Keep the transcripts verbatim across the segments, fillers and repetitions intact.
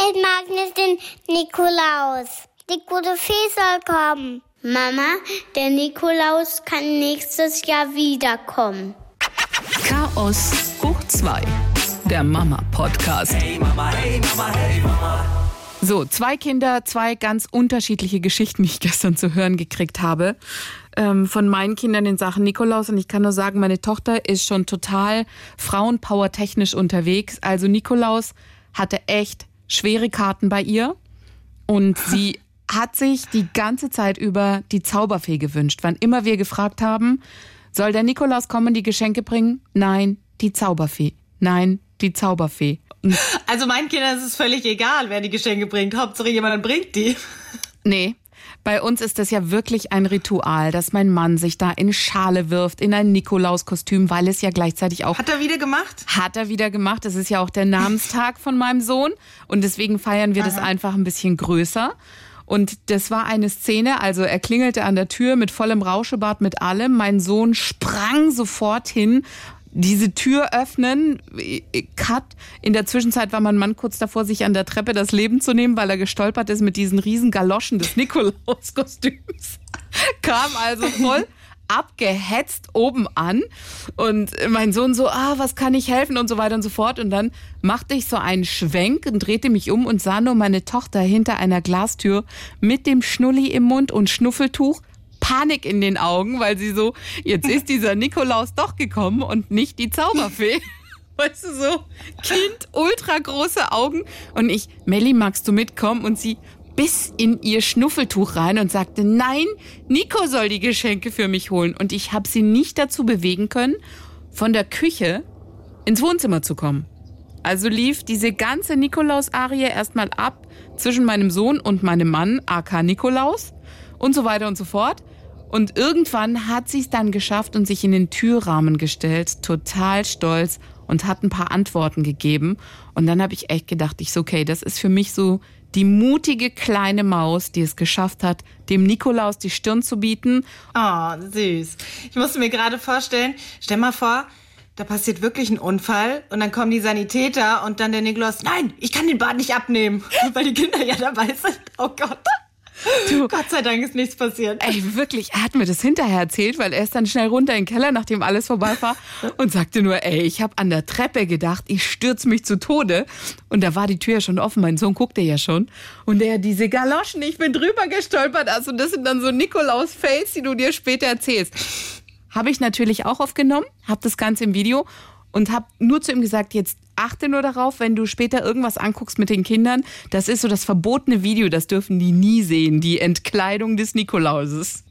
Ich mag nicht den Nikolaus. Die gute Fee soll kommen. Mama, der Nikolaus kann nächstes Jahr wiederkommen. Chaos hoch zwei, der Mama-Podcast. Hey Mama, hey Mama, hey Mama. So, zwei Kinder, zwei ganz unterschiedliche Geschichten, die ich gestern zu hören gekriegt habe, ähm, von meinen Kindern in Sachen Nikolaus. Und ich kann nur sagen, meine Tochter ist schon total Frauenpower-technisch unterwegs. Also Nikolaus hatte echt schwere Karten bei ihr und sie hat sich die ganze Zeit über die Zauberfee gewünscht. Wann immer wir gefragt haben, soll der Nikolaus kommen, die Geschenke bringen? Nein, die Zauberfee. Nein, die Zauberfee. Also meinen Kindern ist es völlig egal, wer die Geschenke bringt. Hauptsache jemand bringt die. Nee, bei uns ist das ja wirklich ein Ritual, dass mein Mann sich da in Schale wirft, in ein Nikolauskostüm, weil es ja gleichzeitig auch... Hat er wieder gemacht? Hat er wieder gemacht. Es ist ja auch der Namenstag von meinem Sohn und deswegen feiern wir Aha. das einfach ein bisschen größer. Und das war eine Szene, also er klingelte an der Tür mit vollem Rauschebart, mit allem. Mein Sohn sprang sofort hin, diese Tür öffnen, Cut. In der Zwischenzeit war mein Mann kurz davor, sich an der Treppe das Leben zu nehmen, weil er gestolpert ist mit diesen riesen Galoschen des Nikolauskostüms. Kam also voll abgehetzt oben an und mein Sohn so, ah, was kann ich helfen und so weiter und so fort. Und dann machte ich so einen Schwenk und drehte mich um und sah nur meine Tochter hinter einer Glastür mit dem Schnulli im Mund und Schnuffeltuch, Panik in den Augen, weil sie so, jetzt ist dieser Nikolaus doch gekommen und nicht die Zauberfee. Weißt du, so Kind, ultra große Augen. Und ich, Melli, magst du mitkommen? Und sie bis in ihr Schnuffeltuch rein und sagte, nein, Nico soll die Geschenke für mich holen. Und ich habe sie nicht dazu bewegen können, von der Küche ins Wohnzimmer zu kommen. Also lief diese ganze Nikolaus-Arie erstmal ab zwischen meinem Sohn und meinem Mann, aka Nikolaus, und so weiter und so fort. Und irgendwann hat sie es dann geschafft und sich in den Türrahmen gestellt, total stolz und hat ein paar Antworten gegeben. Und dann habe ich echt gedacht, ich so, okay, das ist für mich so die mutige kleine Maus, die es geschafft hat, dem Nikolaus die Stirn zu bieten. Oh, süß. Ich musste mir gerade vorstellen, stell mal vor, da passiert wirklich ein Unfall und dann kommen die Sanitäter und dann der Nikolaus, nein, ich kann den Bart nicht abnehmen, weil die Kinder ja dabei sind. Oh Gott. Du, Gott sei Dank ist nichts passiert. Ey, wirklich, er hat mir das hinterher erzählt, weil er ist dann schnell runter in den Keller, nachdem alles vorbei war und sagte nur, ey, ich habe an der Treppe gedacht, ich stürze mich zu Tode. Und da war die Tür ja schon offen, mein Sohn guckte ja schon. Und er, diese Galoschen, ich bin drüber gestolpert. Also das sind dann so Nikolaus-Fails, die du dir später erzählst. Habe ich natürlich auch aufgenommen, habe das Ganze im Video und habe nur zu ihm gesagt, jetzt achte nur darauf, wenn du später irgendwas anguckst mit den Kindern, das ist so das verbotene Video, das dürfen die nie sehen, die Entkleidung des Nikolauses.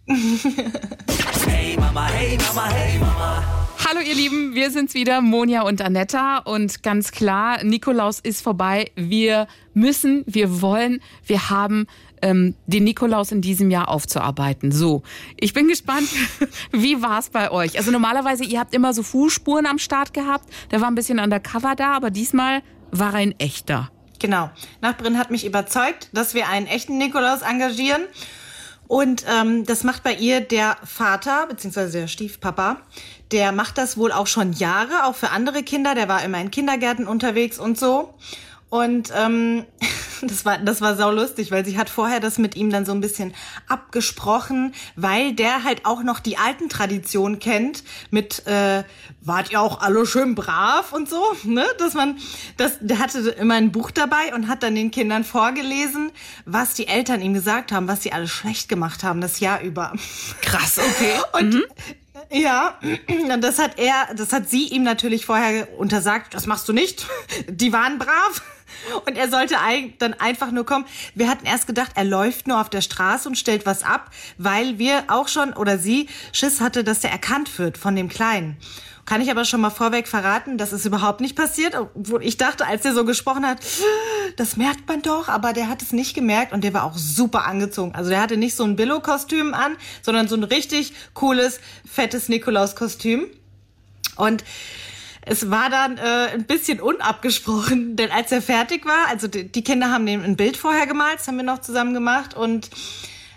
Hey Mama, hey Mama, hey Mama. Hallo ihr Lieben, wir sind's wieder, Monja und Anetta und ganz klar, Nikolaus ist vorbei. Wir müssen, wir wollen, wir haben ähm, den Nikolaus in diesem Jahr aufzuarbeiten. So, ich bin gespannt, wie war's bei euch? Also normalerweise, ihr habt immer so Fußspuren am Start gehabt, der war ein bisschen undercover da, aber diesmal war er ein echter. Genau, Nachbarin hat mich überzeugt, dass wir einen echten Nikolaus engagieren. Und ähm, das macht bei ihr der Vater, beziehungsweise der Stiefpapa, der macht das wohl auch schon Jahre, auch für andere Kinder. Der war immer in Kindergärten unterwegs und so. Und ähm, das war das war saulustig, weil sie hat vorher das mit ihm dann so ein bisschen abgesprochen, weil der halt auch noch die alten Traditionen kennt mit äh, wart ihr auch alle schön brav und so, ne? Dass man das der hatte immer ein Buch dabei und hat dann den Kindern vorgelesen, was die Eltern ihm gesagt haben, was sie alles schlecht gemacht haben das Jahr über. Krass, okay. Und mhm. Ja, und das hat er, das hat sie ihm natürlich vorher untersagt, das machst du nicht, die waren brav. Und er sollte dann einfach nur kommen. Wir hatten erst gedacht, er läuft nur auf der Straße und stellt was ab, weil wir auch schon, oder sie, Schiss hatte, dass der erkannt wird von dem Kleinen. Kann ich aber schon mal vorweg verraten, das ist überhaupt nicht passiert. Obwohl ich dachte, als er so gesprochen hat, das merkt man doch, aber der hat es nicht gemerkt und der war auch super angezogen. Also der hatte nicht so ein Billo-Kostüm an, sondern so ein richtig cooles, fettes Nikolaus-Kostüm. Und es war dann äh, ein bisschen unabgesprochen, denn als er fertig war, also die, die Kinder haben dem ein Bild vorher gemalt, das haben wir noch zusammen gemacht und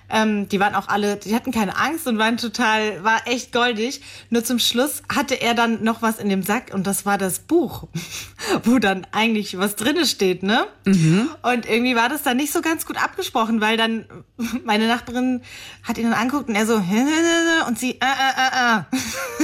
Ähm, die waren auch alle, die hatten keine Angst und waren total, war echt goldig. Nur zum Schluss hatte er dann noch was in dem Sack und das war das Buch, wo dann eigentlich was drinne steht, ne? Mhm. Und irgendwie war das dann nicht so ganz gut abgesprochen, weil dann meine Nachbarin hat ihn dann angeguckt und er so, und sie, äh, äh, äh, äh.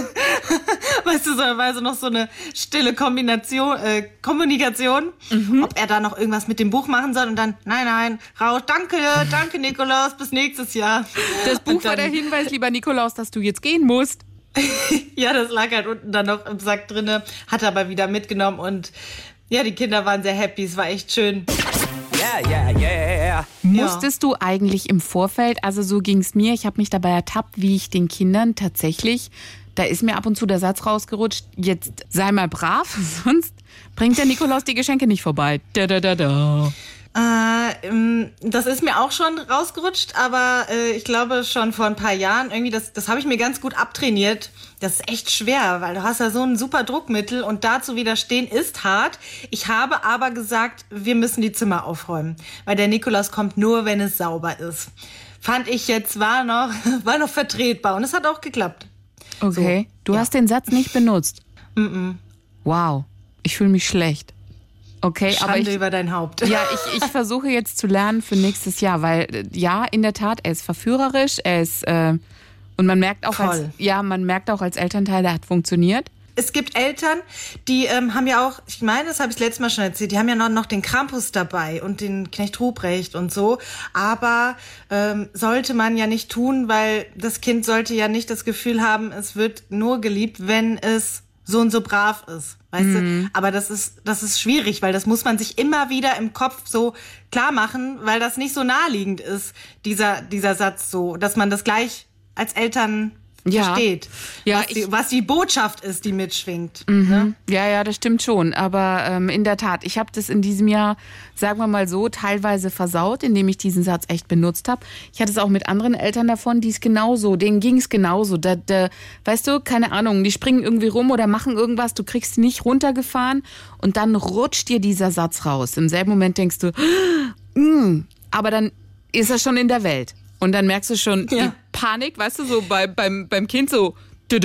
Weißt du, so war so noch so eine stille Kombination, äh, Kommunikation, mhm. ob er da noch irgendwas mit dem Buch machen soll und dann, nein, nein, raus, danke, danke Nikolaus, bis nächstes Jahr. Das Buch dann, war der Hinweis, lieber Nikolaus, dass du jetzt gehen musst. Ja, das lag halt unten dann noch im Sack drinne, hat er aber wieder mitgenommen und ja, die Kinder waren sehr happy, es war echt schön. Yeah, yeah, yeah. Musstest du eigentlich im Vorfeld, also so ging es mir, ich habe mich dabei ertappt, wie ich den Kindern tatsächlich, da ist mir ab und zu der Satz rausgerutscht, jetzt sei mal brav, sonst bringt der Nikolaus die Geschenke nicht vorbei. Da, da, da, da. Äh, das ist mir auch schon rausgerutscht, aber äh, ich glaube schon vor ein paar Jahren irgendwie, das, das habe ich mir ganz gut abtrainiert. Das ist echt schwer, weil du hast ja so ein super Druckmittel und da zu widerstehen ist hart. Ich habe aber gesagt, wir müssen die Zimmer aufräumen, weil der Nikolaus kommt nur, wenn es sauber ist. Fand ich jetzt, war noch, war noch vertretbar und es hat auch geklappt. Okay, so, du ja. hast den Satz nicht benutzt? Mm-mm. Wow, ich fühle mich schlecht. Okay, Schande aber ich, über dein Haupt. Ja, ich, ich versuche jetzt zu lernen für nächstes Jahr, weil ja, in der Tat, er ist verführerisch, er ist äh, und man merkt auch Toll. als ja, man merkt auch als Elternteil, der hat funktioniert. Es gibt Eltern, die ähm, haben ja auch, ich meine, das habe ich letztes Mal schon erzählt, die haben ja noch, noch den Krampus dabei und den Knecht Ruprecht und so. Aber ähm, sollte man ja nicht tun, weil das Kind sollte ja nicht das Gefühl haben, es wird nur geliebt, wenn es so und so brav ist. Weißt mhm. du? Aber das ist, das ist schwierig, weil das muss man sich immer wieder im Kopf so klar machen, weil das nicht so naheliegend ist, dieser, dieser Satz so, dass man das gleich als Eltern ja. versteht, ja, was, die, ich, was die Botschaft ist, die mitschwingt. Mhm. Ne? Ja, ja, das stimmt schon. Aber ähm, in der Tat, ich habe das in diesem Jahr, sagen wir mal so, teilweise versaut, indem ich diesen Satz echt benutzt habe. Ich hatte es auch mit anderen Eltern davon, die es genauso, denen ging es genauso. Da, da, weißt du, keine Ahnung, die springen irgendwie rum oder machen irgendwas, du kriegst nicht runtergefahren und dann rutscht dir dieser Satz raus. Im selben Moment denkst du, mm, aber dann ist er schon in der Welt. Und dann merkst du schon ja. die Panik, weißt du, so bei, beim, beim Kind so,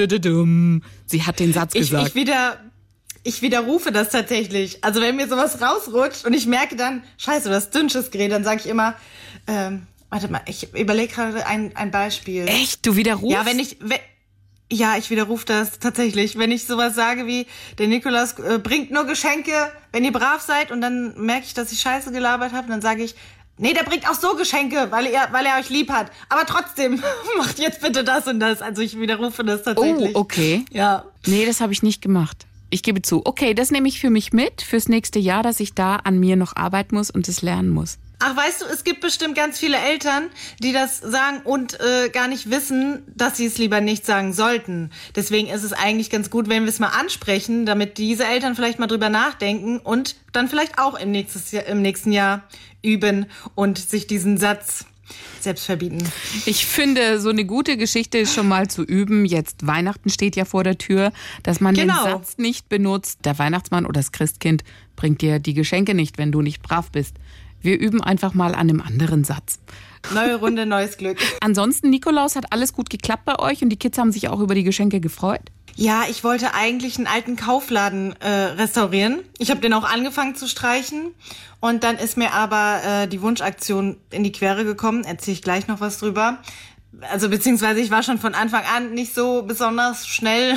sie hat den Satz gesagt. Ich, ich, wieder, ich widerrufe das tatsächlich. Also wenn mir sowas rausrutscht und ich merke dann, scheiße, das dünnsches Gerät, dann sage ich immer, ähm, warte mal, ich überlege gerade ein, ein Beispiel. Echt? Du widerrufst? Ja, wenn ich... Wenn, Ja, ich widerrufe das tatsächlich. Wenn ich sowas sage wie, der Nikolaus äh, bringt nur Geschenke, wenn ihr brav seid, und dann merke ich, dass ich Scheiße gelabert habe, dann sage ich, nee, der bringt auch so Geschenke, weil er, weil er euch lieb hat. Aber trotzdem, macht jetzt bitte das und das. Also ich widerrufe das tatsächlich. Oh, okay. Ja. Nee, das habe ich nicht gemacht. Ich gebe zu. Okay, das nehme ich für mich mit, fürs nächste Jahr, dass ich da an mir noch arbeiten muss und es lernen muss. Ach, weißt du, es gibt bestimmt ganz viele Eltern, die das sagen und äh, gar nicht wissen, dass sie es lieber nicht sagen sollten. Deswegen ist es eigentlich ganz gut, wenn wir es mal ansprechen, damit diese Eltern vielleicht mal drüber nachdenken und dann vielleicht auch im, nächstes Jahr, im nächsten Jahr üben und sich diesen Satz selbst verbieten. Ich finde, so eine gute Geschichte ist schon mal zu üben. Jetzt Weihnachten steht ja vor der Tür, dass man genau. den Satz nicht benutzt. Der Weihnachtsmann oder das Christkind bringt dir die Geschenke nicht, wenn du nicht brav bist. Wir üben einfach mal an einem anderen Satz. Neue Runde, neues Glück. Ansonsten, Nikolaus, hat alles gut geklappt bei euch und die Kids haben sich auch über die Geschenke gefreut? Ja, ich wollte eigentlich einen alten Kaufladen äh, restaurieren. Ich habe den auch angefangen zu streichen. Und dann ist mir aber äh, die Wunschaktion in die Quere gekommen. Erzähle ich gleich noch was drüber. Also beziehungsweise ich war schon von Anfang an nicht so besonders schnell.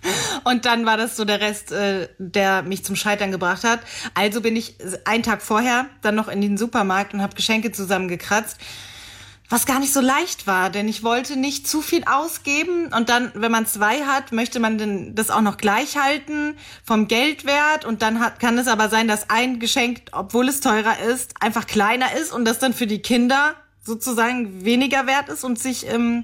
Und dann war das so der Rest, äh, der mich zum Scheitern gebracht hat. Also bin ich einen Tag vorher dann noch in den Supermarkt und habe Geschenke zusammengekratzt. Was gar nicht so leicht war, denn ich wollte nicht zu viel ausgeben. Und dann, wenn man zwei hat, möchte man denn das auch noch gleich halten vom Geldwert. Und dann hat, kann es aber sein, dass ein Geschenk, obwohl es teurer ist, einfach kleiner ist und das dann für die Kinder sozusagen weniger wert ist und sich ähm,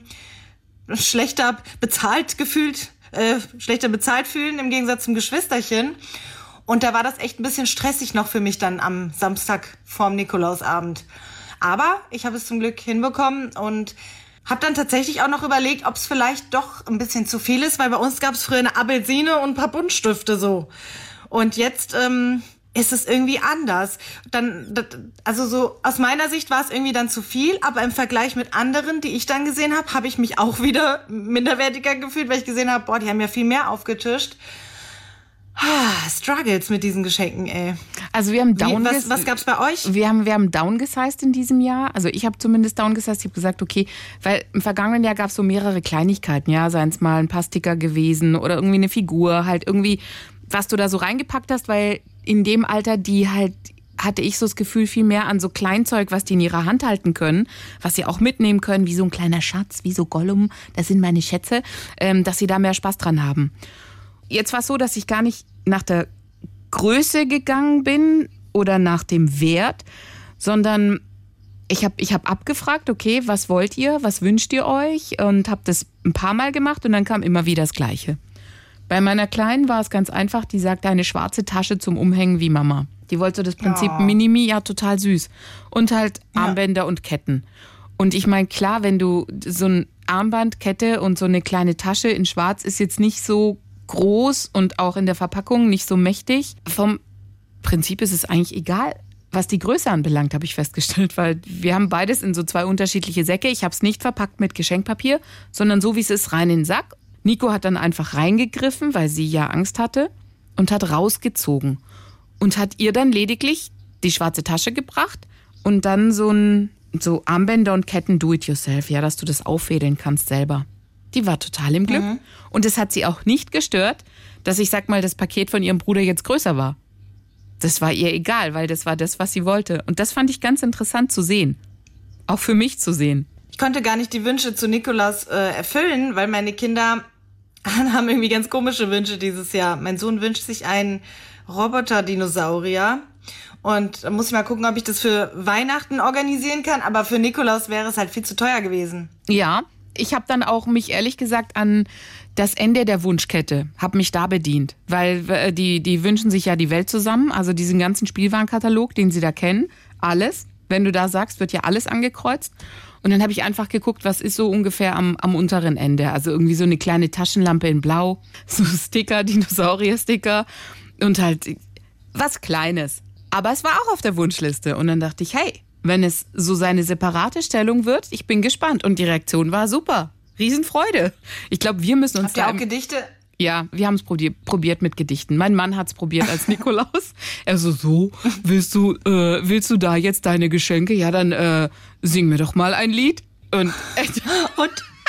schlechter bezahlt gefühlt, äh, schlechter bezahlt fühlen im Gegensatz zum Geschwisterchen. Und da war das echt ein bisschen stressig noch für mich dann am Samstag vorm Nikolausabend. Aber ich habe es zum Glück hinbekommen und habe dann tatsächlich auch noch überlegt, ob es vielleicht doch ein bisschen zu viel ist, weil bei uns gab es früher eine Apfelsine und ein paar Buntstifte so. Und jetzt ähm, ist es irgendwie anders. Dann, also so aus meiner Sicht war es irgendwie dann zu viel, aber im Vergleich mit anderen, die ich dann gesehen habe, habe ich mich auch wieder minderwertiger gefühlt, weil ich gesehen habe, boah, die haben ja viel mehr aufgetischt. Ah, Struggles mit diesen Geschenken, ey. Also wir haben down Wie, was, was gab's bei euch? Wir haben, wir haben downgesized in diesem Jahr. Also ich habe zumindest downgesized. Ich habe gesagt, okay, weil im vergangenen Jahr gab es so mehrere Kleinigkeiten, ja, seien es mal ein paar Sticker gewesen oder irgendwie eine Figur, halt irgendwie, was du da so reingepackt hast, weil in dem Alter, die halt, hatte ich so das Gefühl, viel mehr an so Kleinzeug, was die in ihrer Hand halten können, was sie auch mitnehmen können, wie so ein kleiner Schatz, wie so Gollum, das sind meine Schätze, ähm, dass sie da mehr Spaß dran haben. Jetzt war es so, dass ich gar nicht nach der Größe gegangen bin oder nach dem Wert, sondern ich habe ich hab abgefragt, okay, was wollt ihr, was wünscht ihr euch? Und habe das ein paar Mal gemacht und dann kam immer wieder das Gleiche. Bei meiner Kleinen war es ganz einfach, die sagte, eine schwarze Tasche zum Umhängen wie Mama. Die wollte so das Prinzip Oh. Minimi, ja, total süß. Und halt Ja. Armbänder und Ketten. Und ich meine, klar, wenn du so ein Armband, Kette und so eine kleine Tasche in schwarz ist jetzt nicht so groß und auch in der Verpackung nicht so mächtig. Vom Prinzip ist es eigentlich egal, was die Größe anbelangt, habe ich festgestellt, weil wir haben beides in so zwei unterschiedliche Säcke. Ich habe es nicht verpackt mit Geschenkpapier, sondern so, wie es ist, rein in den Sack. Nico hat dann einfach reingegriffen, weil sie ja Angst hatte und hat rausgezogen und hat ihr dann lediglich die schwarze Tasche gebracht und dann so ein so Armbänder und Ketten do-it-yourself, ja, dass du das auffädeln kannst selber. Die war total im Glück. Mhm. Und es hat sie auch nicht gestört, dass ich, sag mal, das Paket von ihrem Bruder jetzt größer war. Das war ihr egal, weil das war das, was sie wollte. Und das fand ich ganz interessant zu sehen. Auch für mich zu sehen. Ich konnte gar nicht die Wünsche zu Nikolaus äh, erfüllen, weil meine Kinder haben irgendwie ganz komische Wünsche dieses Jahr. Mein Sohn wünscht sich einen Roboter-Dinosaurier. Und da muss ich mal gucken, ob ich das für Weihnachten organisieren kann. Aber für Nikolaus wäre es halt viel zu teuer gewesen. Ja, ich habe dann auch mich ehrlich gesagt an das Ende der Wunschkette, habe mich da bedient. Weil äh, die, die wünschen sich ja die Welt zusammen, also diesen ganzen Spielwarenkatalog, den sie da kennen, alles. Wenn du da sagst, wird ja alles angekreuzt. Und dann habe ich einfach geguckt, was ist so ungefähr am, am unteren Ende. Also irgendwie so eine kleine Taschenlampe in Blau, so Sticker, Dinosaurier-Sticker und halt was Kleines. Aber es war auch auf der Wunschliste. Und dann dachte ich, hey, wenn es so seine separate Stellung wird, ich bin gespannt. Und die Reaktion war super. Riesenfreude. Ich glaube, wir müssen uns Habt ihr da... auch Gedichte? Ja, wir haben es probiert, probiert mit Gedichten. Mein Mann hat es probiert als Nikolaus. Er so, so, willst du, äh, willst du da jetzt deine Geschenke? Ja, dann äh, sing mir doch mal ein Lied. Und, und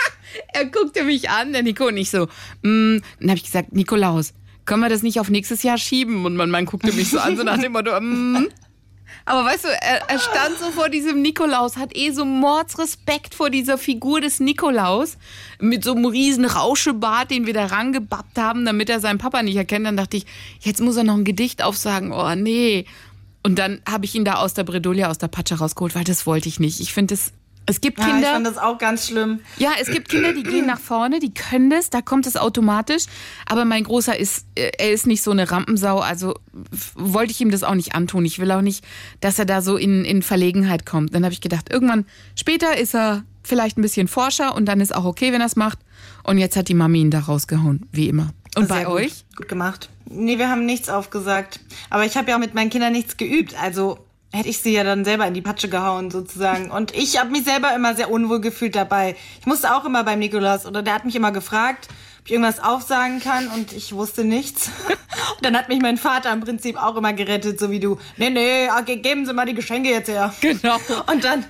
er guckte mich an, der Nico, und ich so, mm. Dann habe ich gesagt, Nikolaus, können wir das nicht auf nächstes Jahr schieben? Und mein Mann guckte mich so an, so nach dem Motto, mm. Aber weißt du, er, er stand so vor diesem Nikolaus, hat eh so Mordsrespekt vor dieser Figur des Nikolaus mit so einem riesen Rauschebart, den wir da rangebappt haben, damit er seinen Papa nicht erkennt. Dann dachte ich, jetzt muss er noch ein Gedicht aufsagen. Oh, nee. Und dann habe ich ihn da aus der Bredouille, aus der Patsche rausgeholt, weil das wollte ich nicht. Ich finde es... Es gibt Kinder. Ja, ich fand das auch ganz schlimm. Ja, es gibt Kinder, die gehen nach vorne, die können das, da kommt es automatisch. Aber mein Großer ist, er ist nicht so eine Rampensau, also wollte ich ihm das auch nicht antun. Ich will auch nicht, dass er da so in, in Verlegenheit kommt. Dann habe ich gedacht, irgendwann später ist er vielleicht ein bisschen forscher und dann ist auch okay, wenn er es macht. Und jetzt hat die Mami ihn da rausgehauen, wie immer. Und Sehr bei gut. euch? Gut gemacht. Nee, wir haben nichts aufgesagt. Aber ich habe ja auch mit meinen Kindern nichts geübt, also... hätte ich sie ja dann selber in die Patsche gehauen sozusagen. Und ich habe mich selber immer sehr unwohl gefühlt dabei. Ich musste auch immer beim Nikolaus, oder der hat mich immer gefragt, ob ich irgendwas aufsagen kann und ich wusste nichts. Und dann hat mich mein Vater im Prinzip auch immer gerettet, so wie du. Nee, nee, okay, geben Sie mal die Geschenke jetzt her. Genau. Und dann,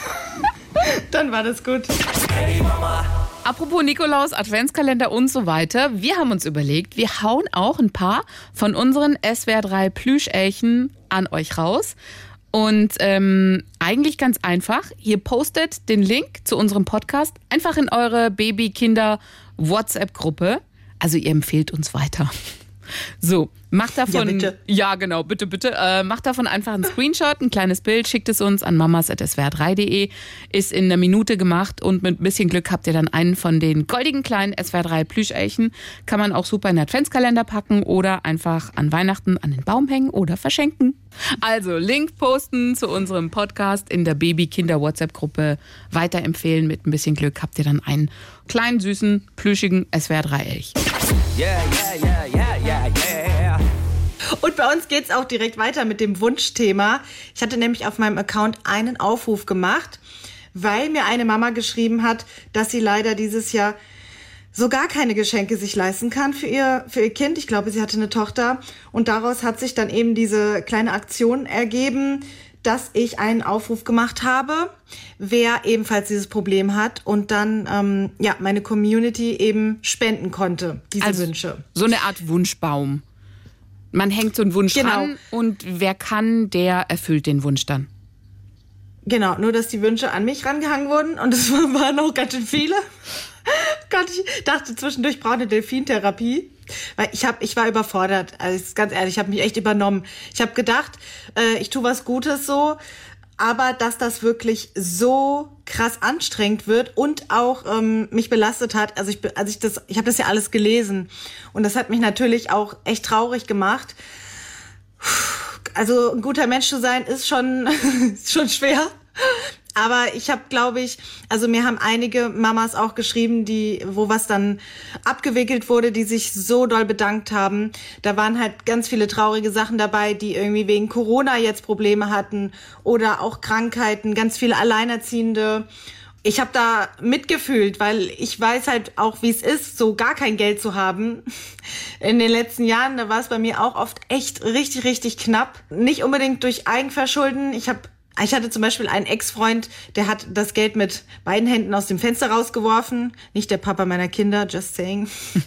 dann war das gut. Hey Mama. Apropos Nikolaus, Adventskalender und so weiter. Wir haben uns überlegt, wir hauen auch ein paar von unseren S W R drei Plüschelchen an euch raus. Und ähm, eigentlich ganz einfach, ihr postet den Link zu unserem Podcast einfach in eure Baby-Kinder-WhatsApp-Gruppe. Also ihr empfehlt uns weiter. So, macht davon... Ja, bitte. Ja, genau, bitte, bitte. Äh, macht davon einfach einen Screenshot, ein kleines Bild, schickt es uns an mamas at s w r drei punkt de. Ist in einer Minute gemacht und mit ein bisschen Glück habt ihr dann einen von den goldigen kleinen S W R drei Plüschelchen. Kann man auch super in den Adventskalender packen oder einfach an Weihnachten an den Baum hängen oder verschenken. Also, Link posten zu unserem Podcast in der Baby-Kinder-WhatsApp-Gruppe. Weiterempfehlen, mit ein bisschen Glück habt ihr dann einen kleinen, süßen, plüschigen S W R drei Elch. Yeah, yeah, yeah, yeah, yeah, yeah. Und bei uns geht's auch direkt weiter mit dem Wunschthema. Ich hatte nämlich auf meinem Account einen Aufruf gemacht, weil mir eine Mama geschrieben hat, dass sie leider dieses Jahr so gar keine Geschenke sich leisten kann für ihr, für ihr Kind. Ich glaube, sie hatte eine Tochter. Und daraus hat sich dann eben diese kleine Aktion ergeben, dass ich einen Aufruf gemacht habe, wer ebenfalls dieses Problem hat und dann ähm, ja meine Community eben spenden konnte, diese also Wünsche. So eine Art Wunschbaum. Man hängt so einen Wunsch Genau. ran und wer kann, der erfüllt den Wunsch dann. Genau, nur dass die Wünsche an mich rangehangen wurden und es waren auch ganz schön viele. Gott, ich dachte zwischendurch, ich brauche eine Delfintherapie, weil ich habe, ich war überfordert. Also ganz ehrlich, ich habe mich echt übernommen. Ich habe gedacht, äh, ich tue was Gutes so, aber dass das wirklich so krass anstrengend wird und auch ähm, mich belastet hat. Also ich, also ich das, ich habe das ja alles gelesen und das hat mich natürlich auch echt traurig gemacht. Also ein guter Mensch zu sein ist schon, ist schon schwer. Aber ich habe, glaube ich, also mir haben einige Mamas auch geschrieben, die, wo was dann abgewickelt wurde, die sich so doll bedankt haben. Da waren halt ganz viele traurige Sachen dabei, die irgendwie wegen Corona jetzt Probleme hatten oder auch Krankheiten, ganz viele Alleinerziehende. Ich habe da mitgefühlt, weil ich weiß halt auch, wie es ist, so gar kein Geld zu haben. In den letzten Jahren, da war es bei mir auch oft echt richtig, richtig knapp. Nicht unbedingt durch Eigenverschulden. Ich habe Ich hatte zum Beispiel einen Ex-Freund, der hat das Geld mit beiden Händen aus dem Fenster rausgeworfen. Nicht der Papa meiner Kinder, just saying.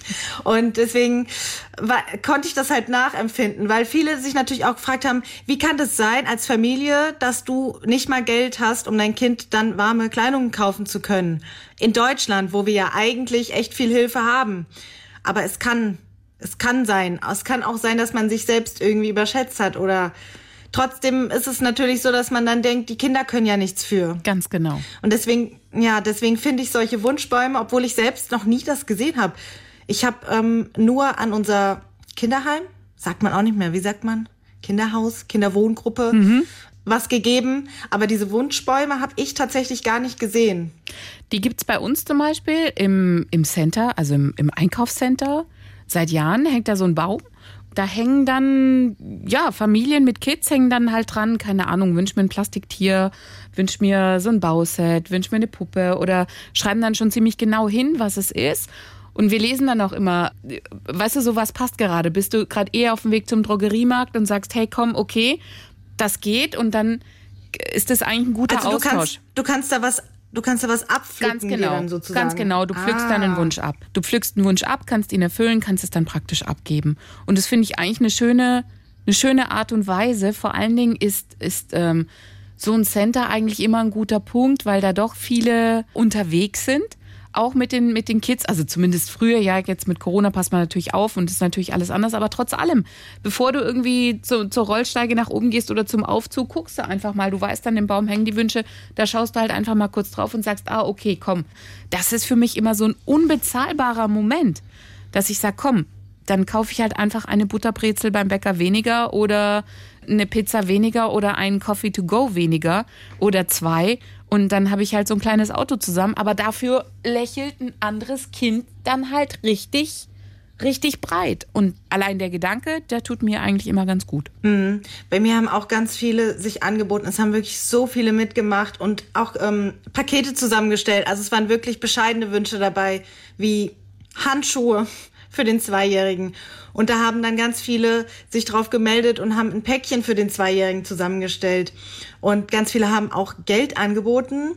Und deswegen war, konnte ich das halt nachempfinden, weil viele sich natürlich auch gefragt haben, wie kann das sein als Familie, dass du nicht mal Geld hast, um dein Kind dann warme Kleidung kaufen zu können. In Deutschland, wo wir ja eigentlich echt viel Hilfe haben. Aber es kann, es kann sein. Es kann auch sein, dass man sich selbst irgendwie überschätzt hat oder trotzdem ist es natürlich so, dass man dann denkt, die Kinder können ja nichts für. Ganz genau. Und deswegen, ja, deswegen finde ich solche Wunschbäume, obwohl ich selbst noch nie das gesehen habe. Ich habe ähm, nur an unser Kinderheim, sagt man auch nicht mehr, wie sagt man? Kinderhaus, Kinderwohngruppe, mhm. was gegeben. Aber diese Wunschbäume habe ich tatsächlich gar nicht gesehen. Die gibt's bei uns zum Beispiel im, im Center, also im, im Einkaufscenter. Seit Jahren hängt da so ein Baum. Da hängen dann, ja, Familien mit Kids hängen dann halt dran, keine Ahnung, wünsch mir ein Plastiktier, wünsch mir so ein Bauset, wünsch mir eine Puppe oder schreiben dann schon ziemlich genau hin, was es ist. Und wir lesen dann auch immer, weißt du, so was passt gerade. Bist du gerade eher auf dem Weg zum Drogeriemarkt und sagst, hey, komm, okay, das geht und dann ist das eigentlich ein guter also du Austausch. Kannst, du kannst da was... Du kannst da was abpflücken, ganz genau, dann sozusagen. Ganz genau, du pflückst ah. dann einen Wunsch ab. Du pflückst einen Wunsch ab, kannst ihn erfüllen, kannst es dann praktisch abgeben. Und das finde ich eigentlich eine schöne, eine schöne Art und Weise. Vor allen Dingen ist, ist ähm, so ein Center eigentlich immer ein guter Punkt, weil da doch viele unterwegs sind. Auch mit den, mit den Kids, also zumindest früher, ja, jetzt mit Corona passt man natürlich auf und ist natürlich alles anders, aber trotz allem, bevor du irgendwie zu, zur Rollsteige nach oben gehst oder zum Aufzug, guckst du einfach mal, du weißt, an dem Baum hängen die Wünsche, da schaust du halt einfach mal kurz drauf und sagst, ah, okay, komm, das ist für mich immer so ein unbezahlbarer Moment, dass ich sage, komm, dann kaufe ich halt einfach eine Butterbrezel beim Bäcker weniger oder eine Pizza weniger oder einen Coffee to go weniger oder zwei. Und dann habe ich halt so ein kleines Auto zusammen. Aber dafür lächelt ein anderes Kind dann halt richtig, richtig breit. Und allein der Gedanke, der tut mir eigentlich immer ganz gut. Mhm. Bei mir haben auch ganz viele sich angeboten. Es haben wirklich so viele mitgemacht und auch ähm, Pakete zusammengestellt. Also es waren wirklich bescheidene Wünsche dabei, wie Handschuhe für den Zweijährigen. Und da haben dann ganz viele sich drauf gemeldet und haben ein Päckchen für den Zweijährigen zusammengestellt. Und ganz viele haben auch Geld angeboten,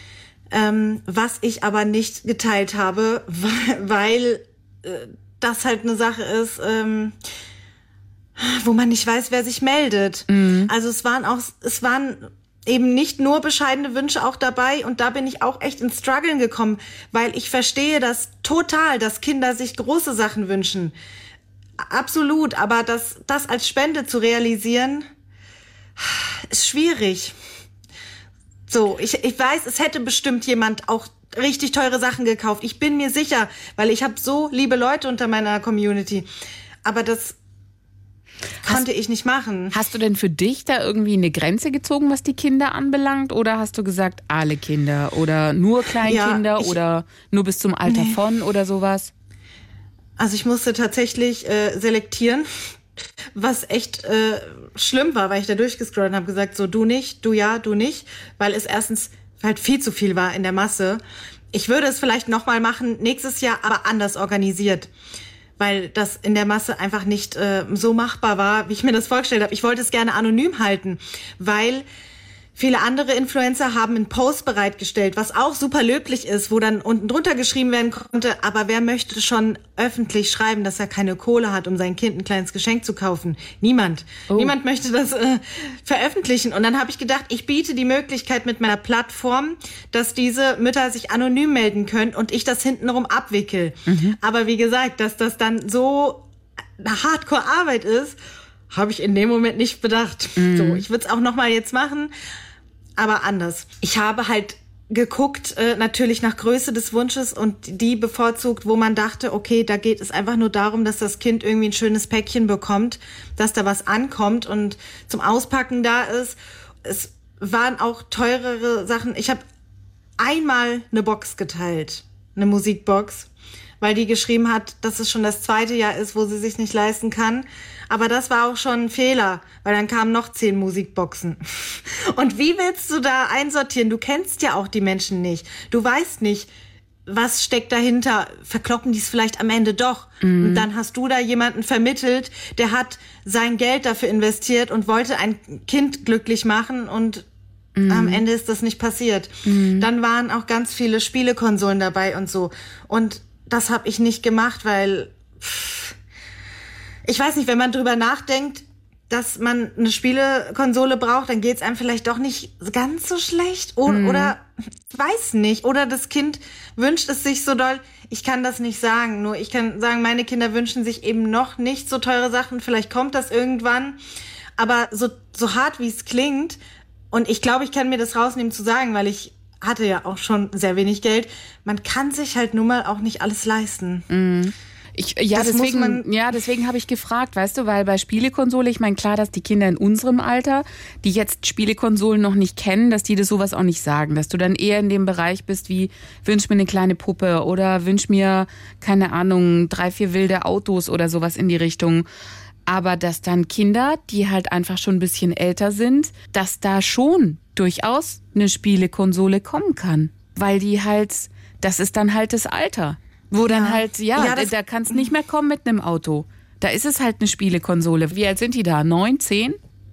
ähm, was ich aber nicht geteilt habe, weil, weil äh, das halt eine Sache ist, ähm, wo man nicht weiß, wer sich meldet. Mhm. Also es waren auch, es waren eben nicht nur bescheidene Wünsche auch dabei und da bin ich auch echt ins Struggeln gekommen, weil ich verstehe das total, dass Kinder sich große Sachen wünschen. Absolut, aber das, das als Spende zu realisieren, ist schwierig. So, ich, ich weiß, es hätte bestimmt jemand auch richtig teure Sachen gekauft. Ich bin mir sicher, weil ich habe so liebe Leute unter meiner Community. Aber das konnte hast, ich nicht machen. Hast du denn für dich da irgendwie eine Grenze gezogen, was die Kinder anbelangt? Oder hast du gesagt, alle Kinder oder nur Kleinkinder ja, ich, oder nur bis zum Alter nee. von oder sowas? Also ich musste tatsächlich äh, selektieren. was echt äh, schlimm war, weil ich da durchgescrollt und habe gesagt, so du nicht, du ja, du nicht, weil es erstens halt viel zu viel war in der Masse. Ich würde es vielleicht nochmal machen, nächstes Jahr, aber anders organisiert, weil das in der Masse einfach nicht äh, so machbar war, wie ich mir das vorgestellt habe. Ich wollte es gerne anonym halten, weil viele andere Influencer haben einen Post bereitgestellt, was auch super löblich ist, wo dann unten drunter geschrieben werden konnte, aber wer möchte schon öffentlich schreiben, dass er keine Kohle hat, um sein Kind ein kleines Geschenk zu kaufen? Niemand. Oh. Niemand möchte das äh, veröffentlichen. Und dann habe ich gedacht, ich biete die Möglichkeit mit meiner Plattform, dass diese Mütter sich anonym melden können und ich das hintenrum abwickel. Mhm. Aber wie gesagt, dass das dann so eine Hardcore-Arbeit ist, habe ich in dem Moment nicht bedacht. Mhm. So, ich würde es auch nochmal jetzt machen, aber anders. Ich habe halt geguckt, äh, natürlich nach Größe des Wunsches und die bevorzugt, wo man dachte, okay, da geht es einfach nur darum, dass das Kind irgendwie ein schönes Päckchen bekommt, dass da was ankommt und zum Auspacken da ist. Es waren auch teurere Sachen. Ich habe einmal eine Box geteilt, eine Musikbox, weil die geschrieben hat, dass es schon das zweite Jahr ist, wo sie sich nicht leisten kann. Aber das war auch schon ein Fehler, weil dann kamen noch zehn Musikboxen. Und wie willst du da einsortieren? Du kennst ja auch die Menschen nicht. Du weißt nicht, was steckt dahinter. Verkloppen die es vielleicht am Ende doch? Mhm. Und dann hast du da jemanden vermittelt, der hat sein Geld dafür investiert und wollte ein Kind glücklich machen und mhm. am Ende ist das nicht passiert. Mhm. Dann waren auch ganz viele Spielekonsolen dabei und so. Und das habe ich nicht gemacht, weil... Pff, ich weiß nicht, wenn man drüber nachdenkt, dass man eine Spielekonsole braucht, dann geht's einem vielleicht doch nicht ganz so schlecht. O- mm. Oder, ich weiß nicht. Oder das Kind wünscht es sich so doll. Ich kann das nicht sagen. Nur ich kann sagen, meine Kinder wünschen sich eben noch nicht so teure Sachen. Vielleicht kommt das irgendwann. Aber so, so hart, wie es klingt, und ich glaube, ich kann mir das rausnehmen zu sagen, weil ich hatte ja auch schon sehr wenig Geld. Man kann sich halt nun mal auch nicht alles leisten. Mm. Ich, ja, das deswegen, ja, deswegen habe ich gefragt, weißt du, weil bei Spielekonsole, ich meine, klar, dass die Kinder in unserem Alter, die jetzt Spielekonsolen noch nicht kennen, dass die das sowas auch nicht sagen, dass du dann eher in dem Bereich bist wie, wünsch mir eine kleine Puppe oder wünsch mir, keine Ahnung, drei, vier wilde Autos oder sowas in die Richtung. Aber dass dann Kinder, die halt einfach schon ein bisschen älter sind, dass da schon durchaus eine Spielekonsole kommen kann. Weil die halt, das ist dann halt das Alter. Wo ja. dann halt, ja, ja da kannst nicht mehr kommen mit einem Auto. Da ist es halt eine Spielekonsole. Wie alt sind die da? Neun, zehn?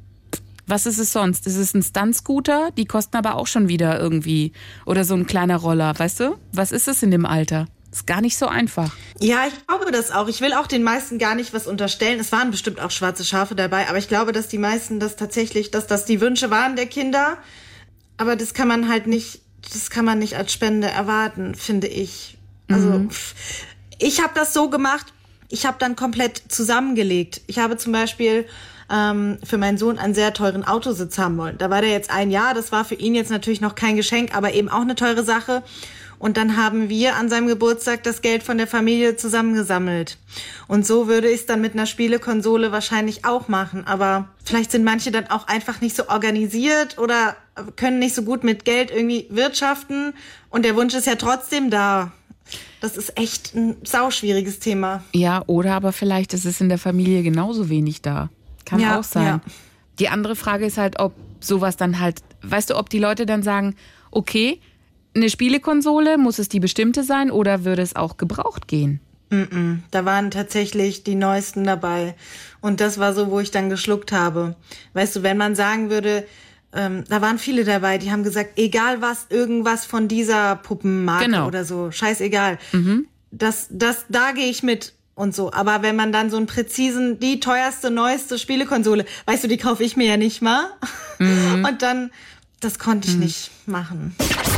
Was ist es sonst? Ist es ein Stunt-Scooter? Die kosten aber auch schon wieder irgendwie. Oder so ein kleiner Roller, weißt du? Was ist es in dem Alter? Ist gar nicht so einfach. Ja, ich glaube das auch. Ich will auch den meisten gar nicht was unterstellen. Es waren bestimmt auch schwarze Schafe dabei, aber ich glaube, dass die meisten das tatsächlich, dass das die Wünsche waren der Kinder. Aber das kann man halt nicht, das kann man nicht als Spende erwarten, finde ich. Also mhm. ich habe das so gemacht, ich habe dann komplett zusammengelegt. Ich habe zum Beispiel ähm, für meinen Sohn einen sehr teuren Autositz haben wollen. Da war der jetzt ein Jahr, das war für ihn jetzt natürlich noch kein Geschenk, aber eben auch eine teure Sache. Und dann haben wir an seinem Geburtstag das Geld von der Familie zusammengesammelt. Und so würde ich es dann mit einer Spielekonsole wahrscheinlich auch machen. Aber vielleicht sind manche dann auch einfach nicht so organisiert oder können nicht so gut mit Geld irgendwie wirtschaften. Und der Wunsch ist ja trotzdem da. Das ist echt ein sauschwieriges Thema. Ja, oder aber vielleicht ist es in der Familie genauso wenig da. Kann ja, auch sein. Ja. Die andere Frage ist halt, ob sowas dann halt, weißt du, ob die Leute dann sagen, okay, eine Spielekonsole, muss es die bestimmte sein oder würde es auch gebraucht gehen? Mm-mm. Da waren tatsächlich die neuesten dabei. Und das war so, wo ich dann geschluckt habe. Weißt du, wenn man sagen würde, ähm, da waren viele dabei, die haben gesagt, egal was, irgendwas von dieser Puppenmarke genau. oder so, scheißegal. Mhm. Das, das, da gehe ich mit und so. Aber wenn man dann so einen präzisen, die teuerste, neueste Spielekonsole, weißt du, die kaufe ich mir ja nicht mal. Mhm. Und dann, das konnte ich mhm. nicht machen.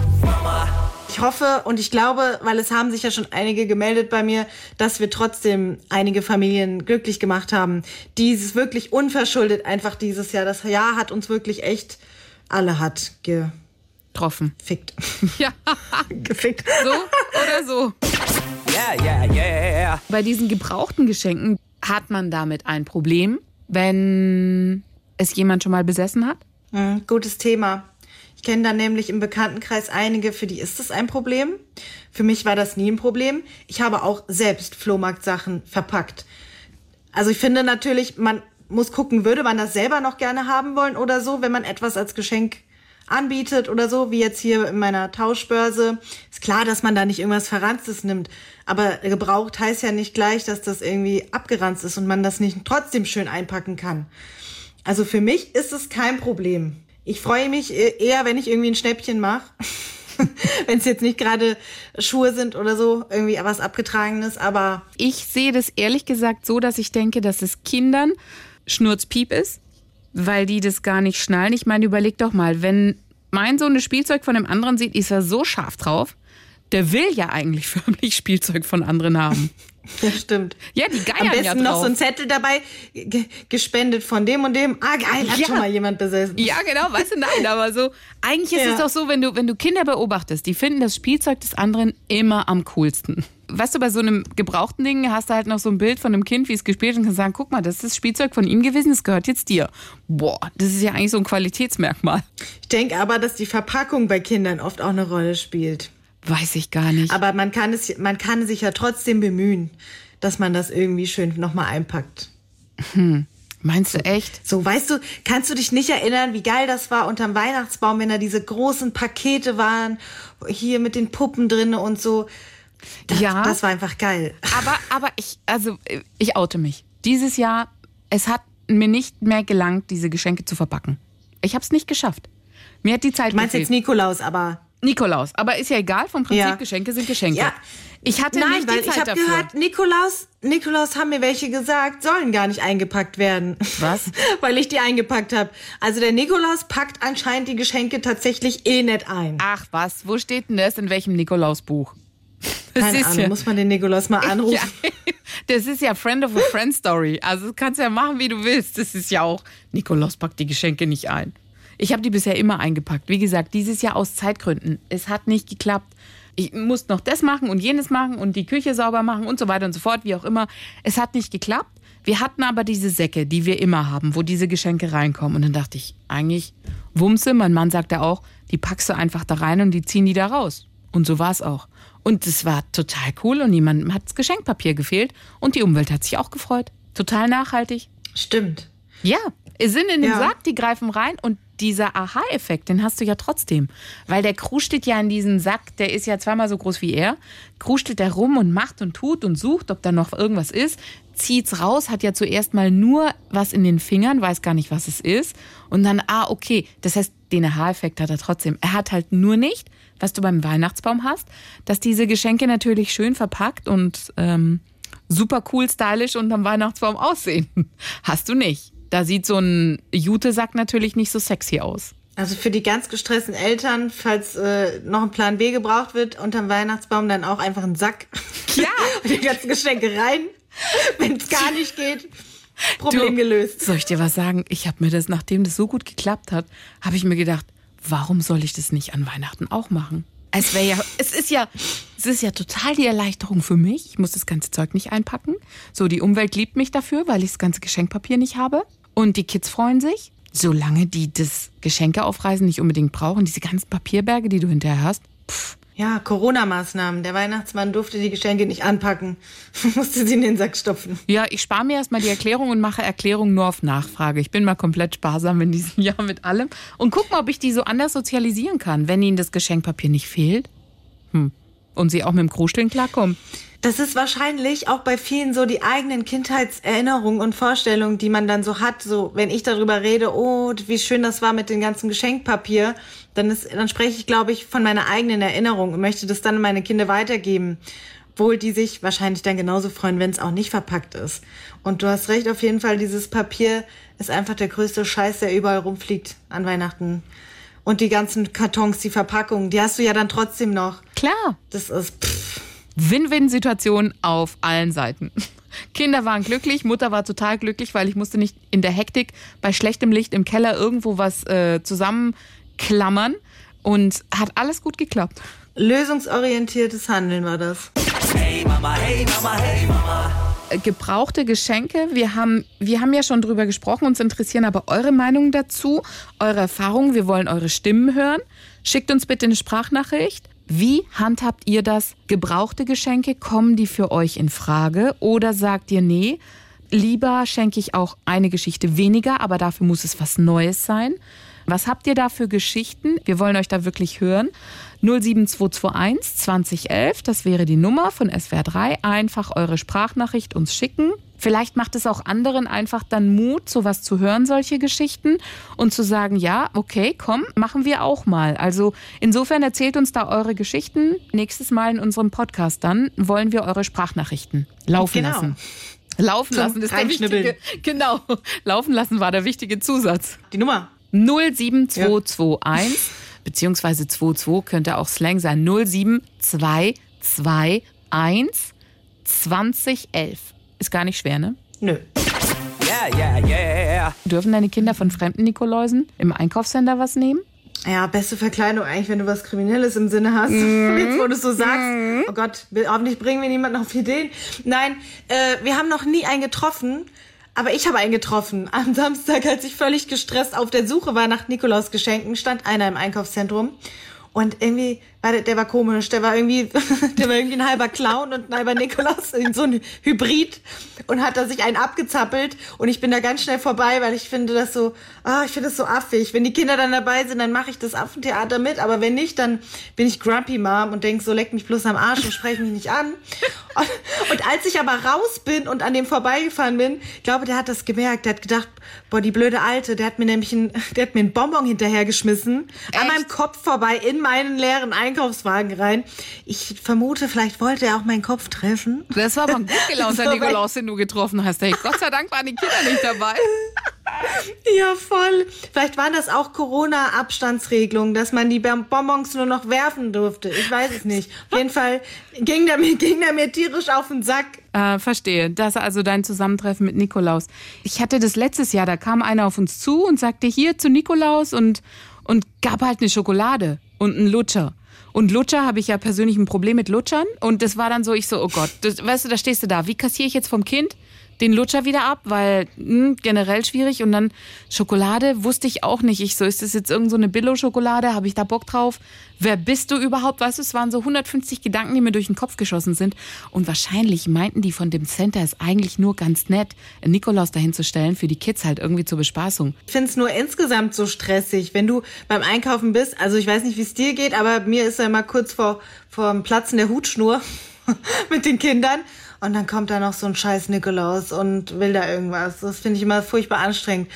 Ich hoffe und ich glaube, weil es haben sich ja schon einige gemeldet bei mir, dass wir trotzdem einige Familien glücklich gemacht haben. Dieses wirklich unverschuldet einfach dieses Jahr. Das Jahr hat uns wirklich echt alle hat getroffen. Fickt. Ja. Gefickt. So oder so. Yeah, yeah, yeah. Bei diesen gebrauchten Geschenken hat man damit ein Problem, wenn es jemand schon mal besessen hat? Mhm, gutes Thema. Ich kenne da nämlich im Bekanntenkreis einige, für die ist das ein Problem. Für mich war das nie ein Problem. Ich habe auch selbst Flohmarktsachen verpackt. Also ich finde natürlich, man muss gucken, würde man das selber noch gerne haben wollen oder so, wenn man etwas als Geschenk anbietet oder so, wie jetzt hier in meiner Tauschbörse. Ist klar, dass man da nicht irgendwas Verranztes nimmt, aber gebraucht heißt ja nicht gleich, dass das irgendwie abgeranzt ist und man das nicht trotzdem schön einpacken kann. Also für mich ist es kein Problem. Ich freue mich eher, wenn ich irgendwie ein Schnäppchen mache, wenn es jetzt nicht gerade Schuhe sind oder so, irgendwie was Abgetragenes, aber... Ich sehe das ehrlich gesagt so, dass ich denke, dass es Kindern Schnurzpiep ist, weil die das gar nicht schnallen. Ich meine, überleg doch mal, wenn mein Sohn das Spielzeug von einem anderen sieht, ist er so scharf drauf, der will ja eigentlich förmlich Spielzeug von anderen haben. Ja, stimmt. Ja, die geiern Am besten ja noch drauf. so ein Zettel dabei, g- gespendet von dem und dem. Ah, geil, hat Ja. schon mal jemand besessen. Ja, genau, weißt du, nein, aber so, eigentlich ist Ja. es doch so, wenn du, wenn du Kinder beobachtest, die finden das Spielzeug des anderen immer am coolsten. Weißt du, bei so einem gebrauchten Ding hast du halt noch so ein Bild von einem Kind, wie es gespielt ist und kannst sagen, guck mal, das ist das Spielzeug von ihm gewesen, das gehört jetzt dir. Boah, das ist ja eigentlich so ein Qualitätsmerkmal. Ich denke aber, dass die Verpackung bei Kindern oft auch eine Rolle spielt. Weiß ich gar nicht. Aber man kann es, man kann sich ja trotzdem bemühen, dass man das irgendwie schön nochmal einpackt. Meinst du echt? So, weißt du, kannst du dich nicht erinnern, wie geil das war unterm Weihnachtsbaum, wenn da diese großen Pakete waren, hier mit den Puppen drin und so. Das, Ja. Das war einfach geil. Aber, aber ich, also, ich oute mich. Dieses Jahr, es hat mir nicht mehr gelangt, diese Geschenke zu verpacken. Ich habe es nicht geschafft. Mir hat die Zeit Du meinst gefehlt. jetzt Nikolaus, aber... Nikolaus. Aber ist ja egal, vom Prinzip, Ja. Geschenke sind Geschenke. Ja. Ich hatte Nein, nicht weil die ich Zeit habe dafür. gehört, Nikolaus, Nikolaus haben mir welche gesagt, sollen gar nicht eingepackt werden. Was? Weil ich die eingepackt habe. Also der Nikolaus packt anscheinend die Geschenke tatsächlich eh nicht ein. Ach was, wo steht denn das? In welchem Nikolausbuch? Das Keine ist Ahnung, ja, muss man den Nikolaus mal anrufen. ja, das ist ja Friend of a Friend Story. Also das kannst du ja machen, wie du willst. Das ist ja auch, Nikolaus packt die Geschenke nicht ein. Ich habe die bisher immer eingepackt. Wie gesagt, dieses Jahr aus Zeitgründen. Es hat nicht geklappt. Ich musste noch das machen und jenes machen und die Küche sauber machen und so weiter und so fort, wie auch immer. Es hat nicht geklappt. Wir hatten aber diese Säcke, die wir immer haben, wo diese Geschenke reinkommen. Und dann dachte ich, eigentlich Wumse. Mein Mann sagte auch, die packst du einfach da rein und die ziehen die da raus. Und so war es auch. Und es war total cool und niemandem hat das Geschenkpapier gefehlt. Und die Umwelt hat sich auch gefreut. Total nachhaltig. Stimmt. Ja, es sind in den Ja. Sack, die greifen rein und dieser Aha-Effekt, den hast du ja trotzdem. Weil der kruschtelt ja in diesen Sack, der ist ja zweimal so groß wie er, kruschtelt er rum und macht und tut und sucht, ob da noch irgendwas ist, zieht's raus, hat ja zuerst mal nur was in den Fingern, weiß gar nicht, was es ist und dann, ah, okay, das heißt, den Aha-Effekt hat er trotzdem. Er hat halt nur nicht, was du beim Weihnachtsbaum hast, dass diese Geschenke natürlich schön verpackt und ähm, super cool, stylisch unterm Weihnachtsbaum aussehen. Hast du nicht. Da sieht so ein Jutesack natürlich nicht so sexy aus. Also für die ganz gestressten Eltern, falls äh, noch ein Plan B gebraucht wird, unterm Weihnachtsbaum dann auch einfach einen Sack. Ja. Und die ganzen Geschenke rein. Wenn es gar nicht geht, Problem Du, gelöst. Soll ich dir was sagen? Ich habe mir das, nachdem das so gut geklappt hat, habe ich mir gedacht, warum soll ich das nicht an Weihnachten auch machen? Es wäre ja, es ist ja, es ist ja total die Erleichterung für mich. Ich muss das ganze Zeug nicht einpacken. So, die Umwelt liebt mich dafür, weil ich das ganze Geschenkpapier nicht habe. Und die Kids freuen sich. Solange die das Geschenkeaufreißen nicht unbedingt brauchen, diese ganzen Papierberge, die du hinterher hast, pff, Ja, Corona-Maßnahmen. Der Weihnachtsmann durfte die Geschenke nicht anpacken. Musste sie in den Sack stopfen. ja, ich spare mir erstmal die Erklärung und mache Erklärungen nur auf Nachfrage. Ich bin mal komplett sparsam in diesem Jahr mit allem. Und guck mal, ob ich die so anders sozialisieren kann, wenn ihnen das Geschenkpapier nicht fehlt. Hm. Und sie auch mit dem Krusteln klarkommen. Das ist wahrscheinlich auch bei vielen so die eigenen Kindheitserinnerungen und Vorstellungen, die man dann so hat. So, wenn ich darüber rede, oh, wie schön das war mit dem ganzen Geschenkpapier, dann ist, dann spreche ich, glaube ich, von meiner eigenen Erinnerung und möchte das dann an meine Kinder weitergeben. Obwohl die sich wahrscheinlich dann genauso freuen, wenn es auch nicht verpackt ist. Und du hast recht, auf jeden Fall, dieses Papier ist einfach der größte Scheiß, der überall rumfliegt an Weihnachten. Und die ganzen Kartons, die Verpackungen, die hast du ja dann trotzdem noch. Klar. Das ist, pff. Win-Win-Situation auf allen Seiten. Kinder waren glücklich, Mutter war total glücklich, weil ich musste nicht in der Hektik bei schlechtem Licht im Keller irgendwo was äh, zusammenklammern und hat alles gut geklappt. Lösungsorientiertes Handeln war das. Hey Mama, hey Mama, hey Mama. Gebrauchte Geschenke. Wir haben, wir haben ja schon drüber gesprochen, uns interessieren aber eure Meinung dazu, eure Erfahrungen. Wir wollen eure Stimmen hören. Schickt uns bitte eine Sprachnachricht. Wie handhabt ihr das? Gebrauchte Geschenke, kommen die für euch in Frage? Oder sagt ihr, nee, Lieber schenke ich auch eine Geschichte weniger, aber dafür muss es was Neues sein. Was habt ihr da für Geschichten? Wir wollen euch da wirklich hören. null sieben zwei zwei eins zwanzig elf, das wäre die Nummer von S W R drei. Einfach eure Sprachnachricht uns schicken. Vielleicht macht es auch anderen einfach dann Mut, sowas zu hören, solche Geschichten. Und zu sagen, ja, okay, komm, machen wir auch mal. Also insofern erzählt uns da eure Geschichten. Nächstes Mal in unserem Podcast dann wollen wir eure Sprachnachrichten laufen Genau. lassen. Laufen Zum lassen ist der Reinschnibbeln. wichtige. Genau, laufen lassen war der wichtige Zusatz. Die Nummer. null sieben zwei zwei eins, beziehungsweise zweiundzwanzig könnte auch Slang sein, null sieben zwei zwei eins zwanzig elf. Ist gar nicht schwer, ne? Nö. Yeah, yeah, yeah. Dürfen deine Kinder von fremden Nikoläusen im Einkaufscenter was nehmen? Ja, beste Verkleidung eigentlich, wenn du was Kriminelles im Sinne hast. Mm. Jetzt, wo du es so sagst. Mm. Oh Gott, hoffentlich bringen wir niemanden auf Ideen. Nein, äh, wir haben noch nie einen getroffen. Aber ich habe einen getroffen. Am Samstag, als ich völlig gestresst auf der Suche war nach Nikolausgeschenken, stand einer im Einkaufszentrum. Und irgendwie, war der, der war komisch. Der war irgendwie, der war irgendwie ein halber Clown und ein halber Nikolaus, so ein Hybrid. Und hat da sich einen abgezappelt. Und ich bin da ganz schnell vorbei, weil ich finde das so, ah, ich finde das so affig. Wenn die Kinder dann dabei sind, dann mache ich das Affentheater mit. Aber wenn nicht, dann bin ich Grumpy Mom und denk so, leck mich bloß am Arsch und spreche mich nicht an. Und, und als ich aber raus bin und an dem vorbeigefahren bin, ich glaube, der hat das gemerkt. Der hat gedacht, boah, die blöde Alte, der hat mir nämlich ein, der hat mir einen Bonbon hinterhergeschmissen. Echt? An meinem Kopf vorbei, in meinen leeren Einkaufswagen rein. Ich vermute, vielleicht wollte er auch meinen Kopf treffen. Das war aber ein gut gelaunter Nikolaus, den du getroffen hast. Hey, Gott sei Dank waren die Kinder nicht dabei. Ja, voll. Vielleicht waren das auch Corona-Abstandsregelungen, dass man die Bonbons nur noch werfen durfte. Ich weiß es nicht. Auf jeden Fall ging der mir, ging der mir tierisch auf den Sack. Äh, verstehe. Das ist also dein Zusammentreffen mit Nikolaus. Ich hatte das letztes Jahr, da kam einer auf uns zu und sagte, hier zu Nikolaus und, und gab halt eine Schokolade und einen Lutscher. Und Lutscher habe ich ja persönlich ein Problem mit Lutschern. Und das war dann so, ich so, oh Gott, das, weißt du, da stehst du da. Wie kassiere ich jetzt vom Kind den Lutscher wieder ab? Weil mh, generell schwierig. Und dann Schokolade wusste ich auch nicht. Ich so, ist das jetzt irgend so eine Billo-Schokolade? Habe ich da Bock drauf? Wer bist du überhaupt? Weißt du, es waren so hundertfünfzig Gedanken, die mir durch den Kopf geschossen sind. Und wahrscheinlich meinten die von dem Center, es eigentlich nur ganz nett, einen Nikolaus dahin zu stellen, für die Kids halt irgendwie zur Bespaßung. Ich finde es nur insgesamt so stressig, wenn du beim Einkaufen bist. Also ich weiß nicht, wie es dir geht, aber mir ist ja mal kurz vor, vor dem Platzen der Hutschnur mit den Kindern. Und dann kommt da noch so ein scheiß Nikolaus und will da irgendwas. Das finde ich immer furchtbar anstrengend.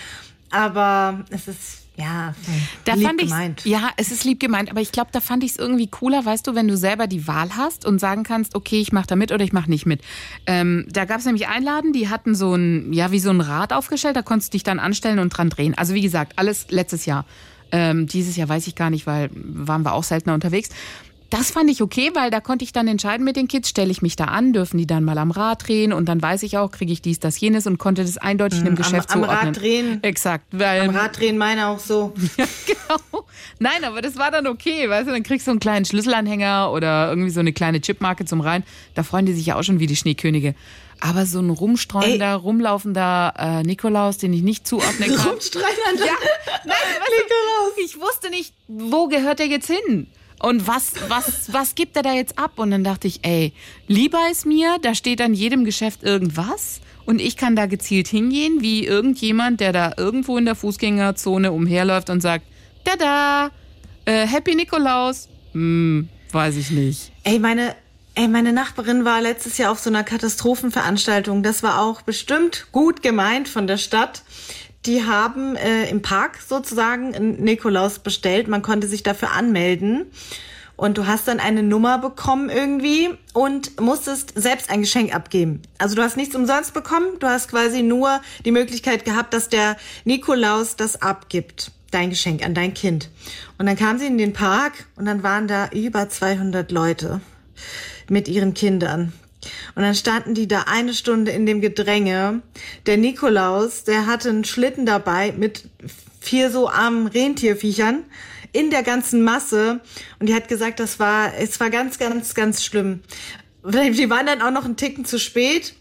Aber es ist, ja, da lieb fand gemeint. Ja, es ist lieb gemeint. Aber ich glaube, da fand ich es irgendwie cooler, weißt du, wenn du selber die Wahl hast und sagen kannst, okay, ich mache da mit oder ich mache nicht mit. Ähm, da gab es nämlich Einladen, die hatten so ein, ja, wie so ein Rad aufgestellt. Da konntest du dich dann anstellen und dran drehen. Also wie gesagt, alles letztes Jahr. Ähm, dieses Jahr weiß ich gar nicht, weil waren wir auch seltener unterwegs. Das fand ich okay, weil da konnte ich dann entscheiden mit den Kids, stelle ich mich da an, dürfen die dann mal am Rad drehen und dann weiß ich auch, kriege ich dies, das, jenes und konnte das eindeutig in dem Geschäft am, am zuordnen. Rad drehen. Exakt. Weil, am Rad drehen meine auch so. Ja, genau. Nein, aber das war dann okay, weißt du, dann kriegst du einen kleinen Schlüsselanhänger oder irgendwie so eine kleine Chipmarke zum Rein. Da freuen die sich ja auch schon wie die Schneekönige. Aber so ein rumstreuender, Ey. rumlaufender äh, Nikolaus, den ich nicht zuordnen kann. Rumstreuender? Ja, nein, Nikolaus. Ich wusste nicht, wo gehört der jetzt hin? Und was, was, was gibt er da jetzt ab? Und dann dachte ich, ey, lieber ist mir, da steht an jedem Geschäft irgendwas und ich kann da gezielt hingehen, wie irgendjemand, der da irgendwo in der Fußgängerzone umherläuft und sagt, tada, äh, Happy Nikolaus. Hm, weiß ich nicht. Ey, meine, ey, meine Nachbarin war letztes Jahr auf so einer Katastrophenveranstaltung. Das war auch bestimmt gut gemeint von der Stadt. Die haben äh, im Park sozusagen einen Nikolaus bestellt. Man konnte sich dafür anmelden. Und du hast dann eine Nummer bekommen irgendwie und musstest selbst ein Geschenk abgeben. Also du hast nichts umsonst bekommen. Du hast quasi nur die Möglichkeit gehabt, dass der Nikolaus das abgibt. Dein Geschenk an dein Kind. Und dann kam sie in den Park und dann waren da über zweihundert Leute mit ihren Kindern. Und dann standen die da eine Stunde in dem Gedränge. Der Nikolaus, der hatte einen Schlitten dabei mit vier so armen Rentierviechern in der ganzen Masse. Und die hat gesagt, das war, es war ganz, ganz, ganz schlimm. Die waren dann auch noch einen Ticken zu spät.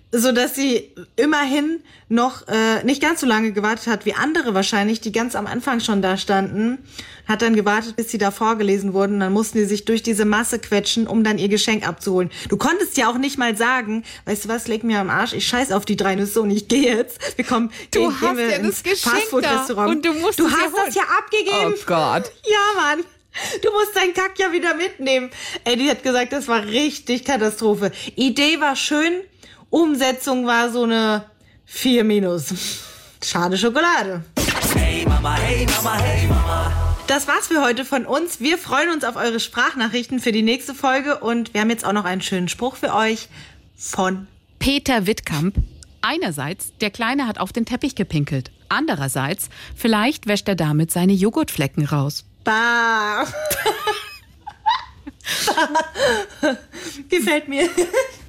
so dass sie immerhin noch äh, nicht ganz so lange gewartet hat wie andere wahrscheinlich, die ganz am Anfang schon da standen. Hat dann gewartet, bis sie da vorgelesen wurden. Dann mussten die sich durch diese Masse quetschen, um dann ihr Geschenk abzuholen. Du konntest ja auch nicht mal sagen, weißt du was, leg mir am Arsch, ich scheiß auf die drei Nüsse und ich gehe jetzt. Wir kommen, du gehen, hast gehen wir ja ins das Geschenk Fastfood-Restaurant. da und du musst Du es ja hast holen. das ja abgegeben. Oh Gott. Ja, Mann. Du musst deinen Kack ja wieder mitnehmen. Ey, die hat gesagt, das war richtig Katastrophe. Idee war schön, Umsetzung war so eine vier minus. Schade Schokolade. Hey Mama, hey Mama, hey Mama. Das war's für heute von uns. Wir freuen uns auf eure Sprachnachrichten für die nächste Folge und wir haben jetzt auch noch einen schönen Spruch für euch von Peter Wittkamp. Einerseits, der Kleine hat auf den Teppich gepinkelt. Andererseits, vielleicht wäscht er damit seine Joghurtflecken raus. Bah. Gefällt mir.